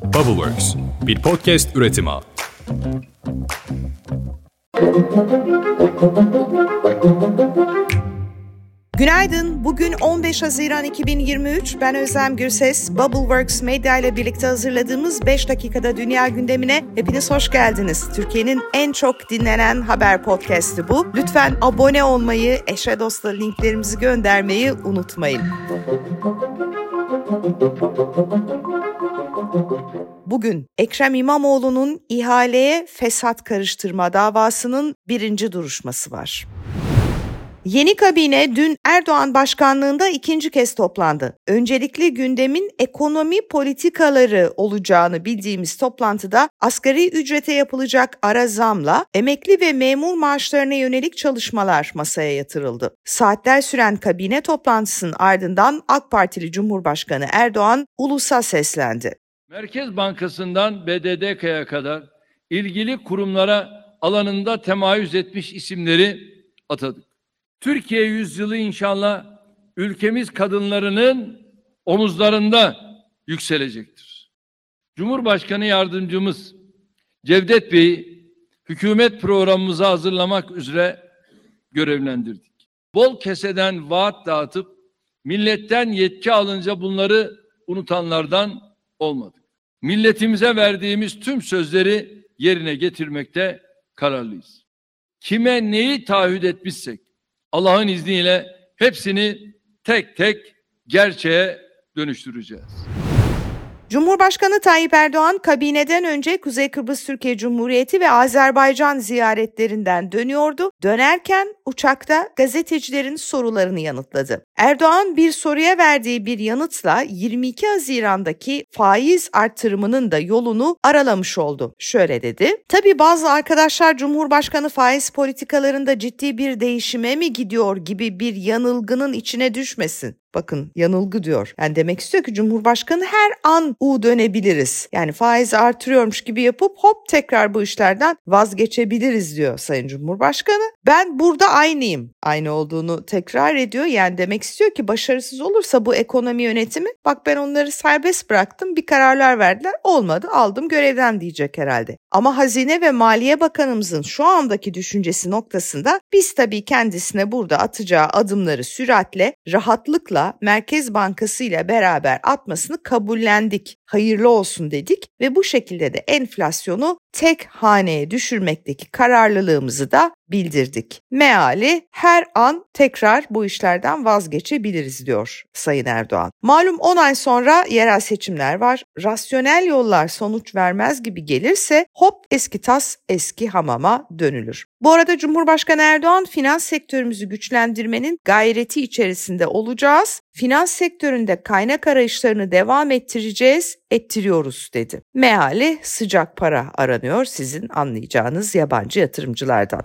Bubbleworks, bir podcast üretimi. Günaydın. Bugün 15 Haziran 2023. Ben Özlem Gürses. Bubbleworks Medya ile birlikte hazırladığımız 5 dakikada dünya gündemine hepiniz hoş geldiniz. Türkiye'nin en çok dinlenen haber podcast'i bu. Lütfen abone olmayı, eşe dosta linklerimizi göndermeyi unutmayın. Bugün Ekrem İmamoğlu'nun ihaleye fesat karıştırma davasının 1. duruşması var. Yeni kabine dün Erdoğan başkanlığında 2. kez toplandı. Öncelikli gündemin ekonomi politikaları olacağını bildiğimiz toplantıda asgari ücrete yapılacak ara zamla emekli ve memur maaşlarına yönelik çalışmalar masaya yatırıldı. Saatler süren kabine toplantısının ardından AK Partili Cumhurbaşkanı Erdoğan ulusa seslendi. Merkez Bankası'ndan BDDK'ya kadar ilgili kurumlara alanında temayüz etmiş isimleri atadık. Türkiye yüzyılı inşallah ülkemiz kadınlarının omuzlarında yükselecektir. Cumhurbaşkanı Yardımcımız Cevdet Bey'i hükümet programımızı hazırlamak üzere görevlendirdik. Bol keseden vaat dağıtıp milletten yetki alınca bunları unutanlardan olmadık. Milletimize verdiğimiz tüm sözleri yerine getirmekte kararlıyız. Kime neyi taahhüt etmişsek Allah'ın izniyle hepsini tek tek gerçeğe dönüştüreceğiz. Cumhurbaşkanı Tayyip Erdoğan kabineden önce Kuzey Kıbrıs Türkiye Cumhuriyeti ve Azerbaycan ziyaretlerinden dönüyordu. Dönerken uçakta gazetecilerin sorularını yanıtladı. Erdoğan bir soruya verdiği bir yanıtla 22 Haziran'daki faiz artırımının da yolunu aralamış oldu. Şöyle dedi: "Tabii bazı arkadaşlar Cumhurbaşkanı faiz politikalarında ciddi bir değişime mi gidiyor gibi bir yanılgının içine düşmesin." Bakın, yanılgı diyor. Yani demek istiyor ki Cumhurbaşkanı her an dönebiliriz. Yani faizi artırıyormuş gibi yapıp hop tekrar bu işlerden vazgeçebiliriz diyor Sayın Cumhurbaşkanı. Ben burada aynıyım. Aynı olduğunu tekrar ediyor. Yani demek istiyor ki başarısız olursa bu ekonomi yönetimi, bak ben onları serbest bıraktım, bir kararlar verdiler, olmadı, aldım görevden diyecek herhalde. Ama Hazine ve Maliye Bakanımızın şu andaki düşüncesi noktasında biz tabii kendisine burada atacağı adımları süratle, rahatlıkla Merkez Bankası ile beraber atmasını kabullendik. Hayırlı olsun dedik ve bu şekilde de enflasyonu tek haneye düşürmekteki kararlılığımızı da bildirdik. Meali her an tekrar bu işlerden vazgeçebiliriz diyor Sayın Erdoğan. Malum 10 ay sonra yerel seçimler var. Rasyonel yollar sonuç vermez gibi gelirse hop eski tas eski hamama dönülür. Bu arada Cumhurbaşkanı Erdoğan finans sektörümüzü güçlendirmenin gayreti içerisinde olacağız. Finans sektöründe kaynak arayışlarını devam ettiriyoruz dedi. Meali sıcak para aranıyor sizin anlayacağınız yabancı yatırımcılardan.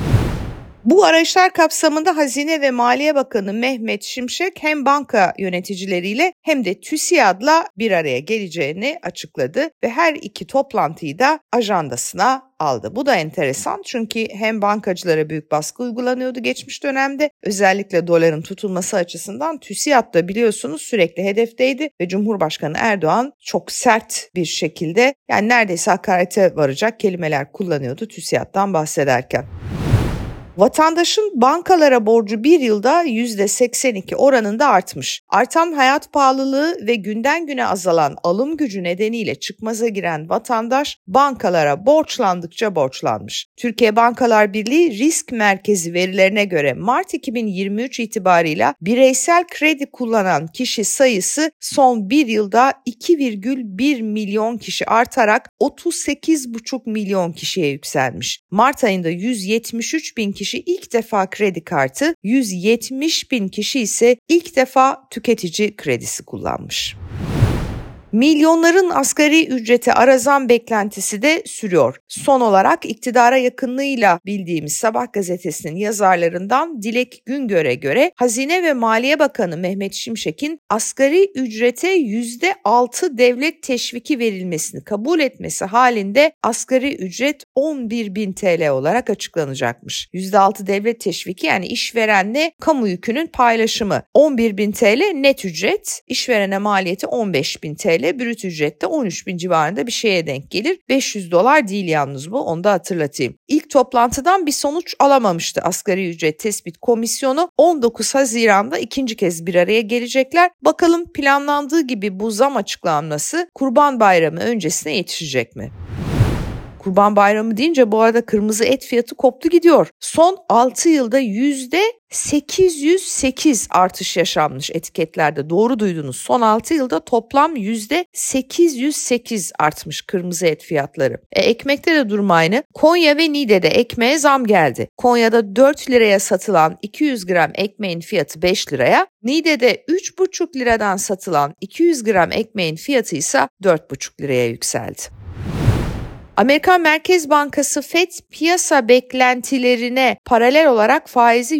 Bu arayışlar kapsamında Hazine ve Maliye Bakanı Mehmet Şimşek hem banka yöneticileriyle hem de TÜSİAD'la bir araya geleceğini açıkladı ve her iki toplantıyı da ajandasına aldı. Bu da enteresan çünkü hem bankacılara büyük baskı uygulanıyordu geçmiş dönemde, özellikle doların tutulması açısından TÜSİAD da biliyorsunuz sürekli hedefteydi ve Cumhurbaşkanı Erdoğan çok sert bir şekilde, yani neredeyse hakarete varacak kelimeler kullanıyordu TÜSİAD'dan bahsederken. Vatandaşın bankalara borcu bir yılda %82 oranında artmış. Artan hayat pahalılığı ve günden güne azalan alım gücü nedeniyle çıkmaza giren vatandaş bankalara borçlandıkça borçlanmış. Türkiye Bankalar Birliği Risk Merkezi verilerine göre Mart 2023 itibarıyla bireysel kredi kullanan kişi sayısı son bir yılda 2,1 milyon kişi artarak 38,5 milyon kişiye yükselmiş. Mart ayında 173 bin kişi ilk defa kredi kartı, 170 bin kişi ise ilk defa tüketici kredisi kullanmış. Milyonların asgari ücrete ara zam beklentisi de sürüyor. Son olarak iktidara yakınlığıyla bildiğimiz Sabah gazetesinin yazarlarından Dilek Güngör'e göre Hazine ve Maliye Bakanı Mehmet Şimşek'in asgari ücrete %6 devlet teşviki verilmesini kabul etmesi halinde asgari ücret 11.000 TL olarak açıklanacakmış. %6 devlet teşviki yani işverenle kamu yükünün paylaşımı. 11.000 TL net ücret, işverene maliyeti 15.000 TL. TL, brüt ücrette 13.000 civarında bir şeye denk gelir. $500 değil yalnız bu, onu da hatırlatayım. İlk toplantıdan bir sonuç alamamıştı Asgari Ücret Tespit Komisyonu. 19 Haziran'da ikinci kez bir araya gelecekler. Bakalım planlandığı gibi bu zam açıklanması Kurban Bayramı öncesine yetişecek mi? Kurban Bayramı deyince bu arada kırmızı et fiyatı koptu gidiyor. Son 6 yılda %808 artış yaşanmış etiketlerde. Doğru duydunuz. Son 6 yılda toplam %808 artmış kırmızı et fiyatları. Ekmekte de durum aynı. Konya ve Niğde'de ekmeğe zam geldi. Konya'da 4 liraya satılan 200 gram ekmeğin fiyatı 5 liraya. Niğde'de 3,5 liradan satılan 200 gram ekmeğin fiyatı ise 4,5 liraya yükseldi. Amerikan Merkez Bankası FED piyasa beklentilerine paralel olarak faizi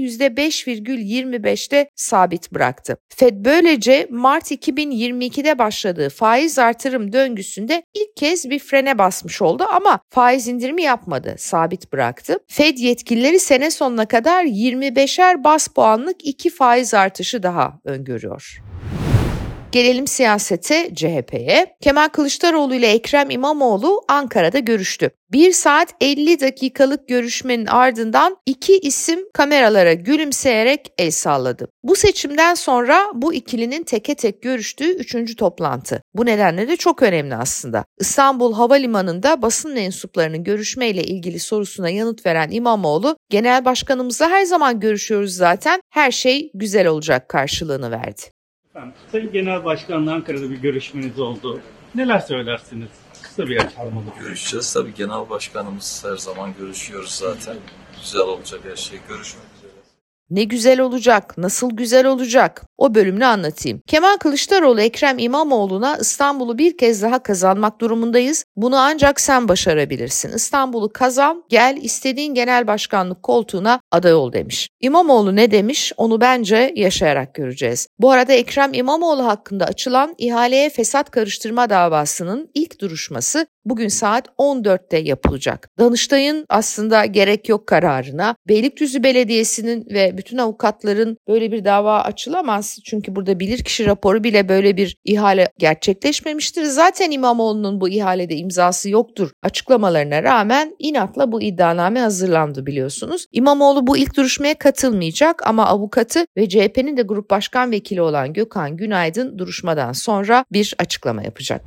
%5,25'te sabit bıraktı. FED böylece Mart 2022'de başladığı faiz artırım döngüsünde ilk kez bir frene basmış oldu ama faiz indirimi yapmadı, sabit bıraktı. FED yetkilileri sene sonuna kadar 25'er baz puanlık 2 faiz artışı daha öngörüyor. Gelelim siyasete, CHP'ye. Kemal Kılıçdaroğlu ile Ekrem İmamoğlu Ankara'da görüştü. 1 saat 50 dakikalık görüşmenin ardından iki isim kameralara gülümseyerek el salladı. Bu seçimden sonra bu ikilinin teke tek görüştüğü 3. toplantı. Bu nedenle de çok önemli aslında. İstanbul Havalimanı'nda basın mensuplarının görüşmeyle ilgili sorusuna yanıt veren İmamoğlu, "Genel başkanımızla her zaman görüşüyoruz zaten, her şey güzel olacak" karşılığını verdi. Sayın Genel Başkan'la Ankara'da bir görüşmeniz oldu. Neler söylersiniz? Kısa bir açıklama. Görüşeceğiz tabii. Genel Başkanımız her zaman görüşüyoruz zaten. Güzel olacak her şey. Görüşmek üzere. Ne güzel olacak, nasıl güzel olacak? O bölümünü anlatayım. Kemal Kılıçdaroğlu Ekrem İmamoğlu'na "İstanbul'u bir kez daha kazanmak durumundayız. Bunu ancak sen başarabilirsin. İstanbul'u kazan, gel istediğin genel başkanlık koltuğuna aday ol" demiş. İmamoğlu ne demiş? Onu bence yaşayarak göreceğiz. Bu arada Ekrem İmamoğlu hakkında açılan ihaleye fesat karıştırma davasının ilk duruşması bugün saat 14'te yapılacak. Danıştay'ın aslında gerek yok kararına, Beylikdüzü Belediyesi'nin ve bütün avukatların böyle bir dava açılamaz. Çünkü burada bilirkişi raporu bile böyle bir ihale gerçekleşmemiştir. Zaten İmamoğlu'nun bu ihalede imzası yoktur açıklamalarına rağmen inatla bu iddianame hazırlandı biliyorsunuz. İmamoğlu bu ilk duruşmaya katılmayacak ama avukatı ve CHP'nin de grup başkan vekili olan Gökhan Günaydın duruşmadan sonra bir açıklama yapacak.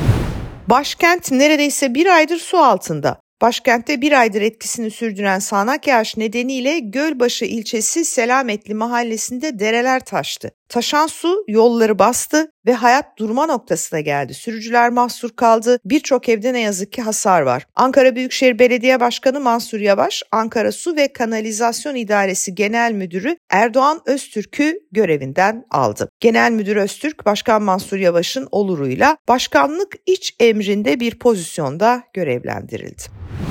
Başkent neredeyse bir aydır su altında. Başkentte bir aydır etkisini sürdüren sağanak yağış nedeniyle Gölbaşı ilçesi Selametli mahallesinde dereler taştı. Taşan su yolları bastı ve hayat durma noktasına geldi. Sürücüler mahsur kaldı. Birçok evde ne yazık ki hasar var. Ankara Büyükşehir Belediye Başkanı Mansur Yavaş, Ankara Su ve Kanalizasyon İdaresi Genel Müdürü Erdoğan Öztürk'ü görevinden aldı. Genel Müdür Öztürk, Başkan Mansur Yavaş'ın oluruyla başkanlık iç emrinde bir pozisyonda görevlendirildi.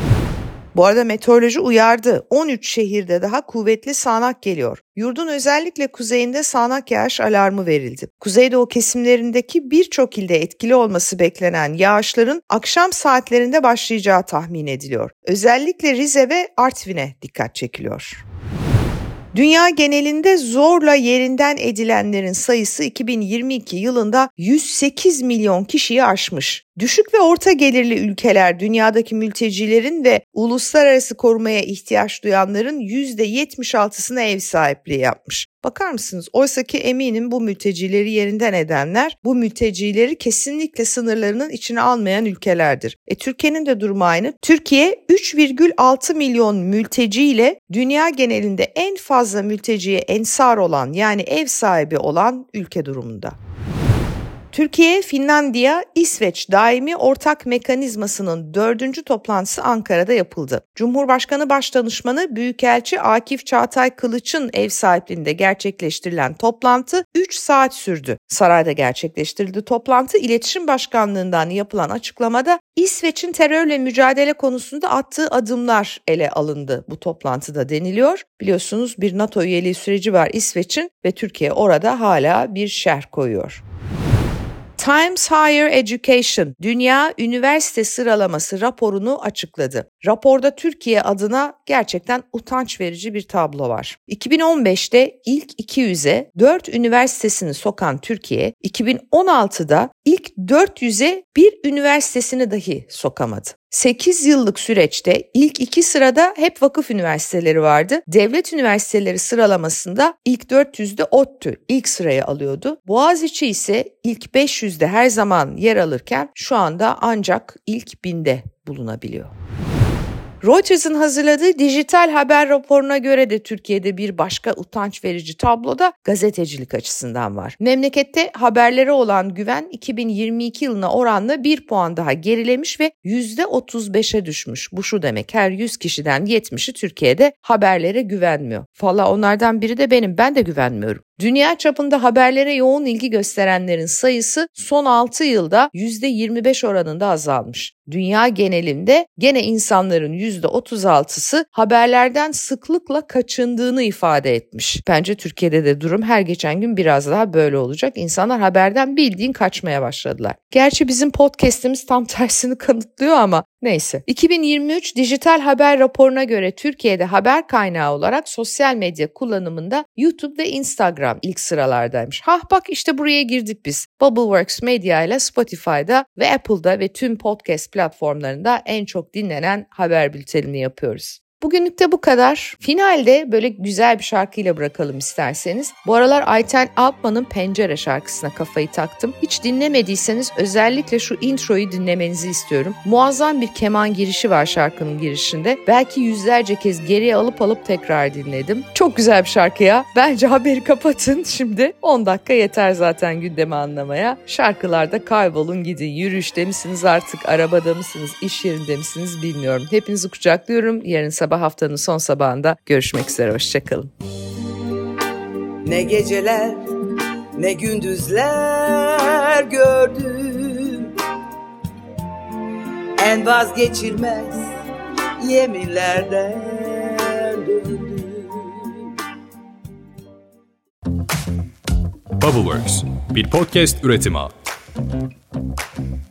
Bu arada meteoroloji uyardı. 13 şehirde daha kuvvetli sağanak geliyor. Yurdun özellikle kuzeyinde sağanak yağış alarmı verildi. Kuzeydoğu kesimlerindeki birçok ilde etkili olması beklenen yağışların akşam saatlerinde başlayacağı tahmin ediliyor. Özellikle Rize ve Artvin'e dikkat çekiliyor. Dünya genelinde zorla yerinden edilenlerin sayısı 2022 yılında 108 milyon kişiyi aşmış. Düşük ve orta gelirli ülkeler dünyadaki mültecilerin ve uluslararası korumaya ihtiyaç duyanların %76'sına ev sahipliği yapmış. Bakar mısınız? Oysaki eminim bu mültecileri yerinden edenler bu mültecileri kesinlikle sınırlarının içine almayan ülkelerdir. Türkiye'nin de durumu aynı. Türkiye 3,6 milyon mülteciyle dünya genelinde en fazla mülteciye ensar olan yani ev sahibi olan ülke durumunda. Türkiye, Finlandiya, İsveç Daimi Ortak Mekanizması'nın 4. toplantısı Ankara'da yapıldı. Cumhurbaşkanı Başdanışmanı Büyükelçi Akif Çağatay Kılıç'ın ev sahipliğinde gerçekleştirilen toplantı 3 saat sürdü. Sarayda gerçekleştirildi toplantı. İletişim Başkanlığı'ndan yapılan açıklamada İsveç'in terörle mücadele konusunda attığı adımlar ele alındı bu toplantıda deniliyor. Biliyorsunuz bir NATO üyeliği süreci var İsveç'in ve Türkiye orada hala bir şerh koyuyor. Times Higher Education, Dünya Üniversite Sıralaması raporunu açıkladı. Raporda Türkiye adına gerçekten utanç verici bir tablo var. 2015'te ilk 200'e 4 üniversitesini sokan Türkiye, 2016'da ilk 400'e bir üniversitesini dahi sokamadı. 8 yıllık süreçte ilk 2 sırada hep vakıf üniversiteleri vardı. Devlet üniversiteleri sıralamasında ilk 400'de ODTÜ ilk sırayı alıyordu. Boğaziçi ise ilk 500'de her zaman yer alırken şu anda ancak ilk 1000'de bulunabiliyor. Reuters'ın hazırladığı dijital haber raporuna göre de Türkiye'de bir başka utanç verici tablo da gazetecilik açısından var. Memlekette haberlere olan güven 2022 yılına oranla 1 puan daha gerilemiş ve %35'e düşmüş. Bu şu demek, her 100 kişiden 70'i Türkiye'de haberlere güvenmiyor. Valla onlardan biri de benim, ben de güvenmiyorum. Dünya çapında haberlere yoğun ilgi gösterenlerin sayısı son 6 yılda %25 oranında azalmış. Dünya genelinde gene insanların %36'sı haberlerden sıklıkla kaçındığını ifade etmiş. Bence Türkiye'de de durum her geçen gün biraz daha böyle olacak. İnsanlar haberden bildiğin kaçmaya başladılar. Gerçi bizim podcast'imiz tam tersini kanıtlıyor ama neyse. 2023 dijital haber raporuna göre Türkiye'de haber kaynağı olarak sosyal medya kullanımında YouTube ve Instagram ilk sıralardaymış. Bak işte buraya girdik biz. Bubbleworks Media ile Spotify'da ve Apple'da ve tüm podcast platformlarında en çok dinlenen haber bültenini yapıyoruz. Bugünlük de bu kadar. Finalde böyle güzel bir şarkıyla bırakalım isterseniz. Bu aralar Ayten Alpman'ın Pencere şarkısına kafayı taktım. Hiç dinlemediyseniz özellikle şu introyu dinlemenizi istiyorum. Muazzam bir keman girişi var şarkının girişinde. Belki yüzlerce kez geriye alıp tekrar dinledim. Çok güzel bir şarkı ya. Bence haberi kapatın şimdi. 10 dakika yeter zaten gündemi anlamaya. Şarkılarda kaybolun gidin. Yürüyüşte misiniz artık, arabada mısınız, iş yerinde misiniz bilmiyorum. Hepinizi kucaklıyorum. Yarın sabah haftanın son sabahında görüşmek üzere. Hoşçakalın. Ne geceler ne gündüzler gördüm, en vazgeçilmez yeminlerden döndüm. Bubbleworks bir podcast üretimi.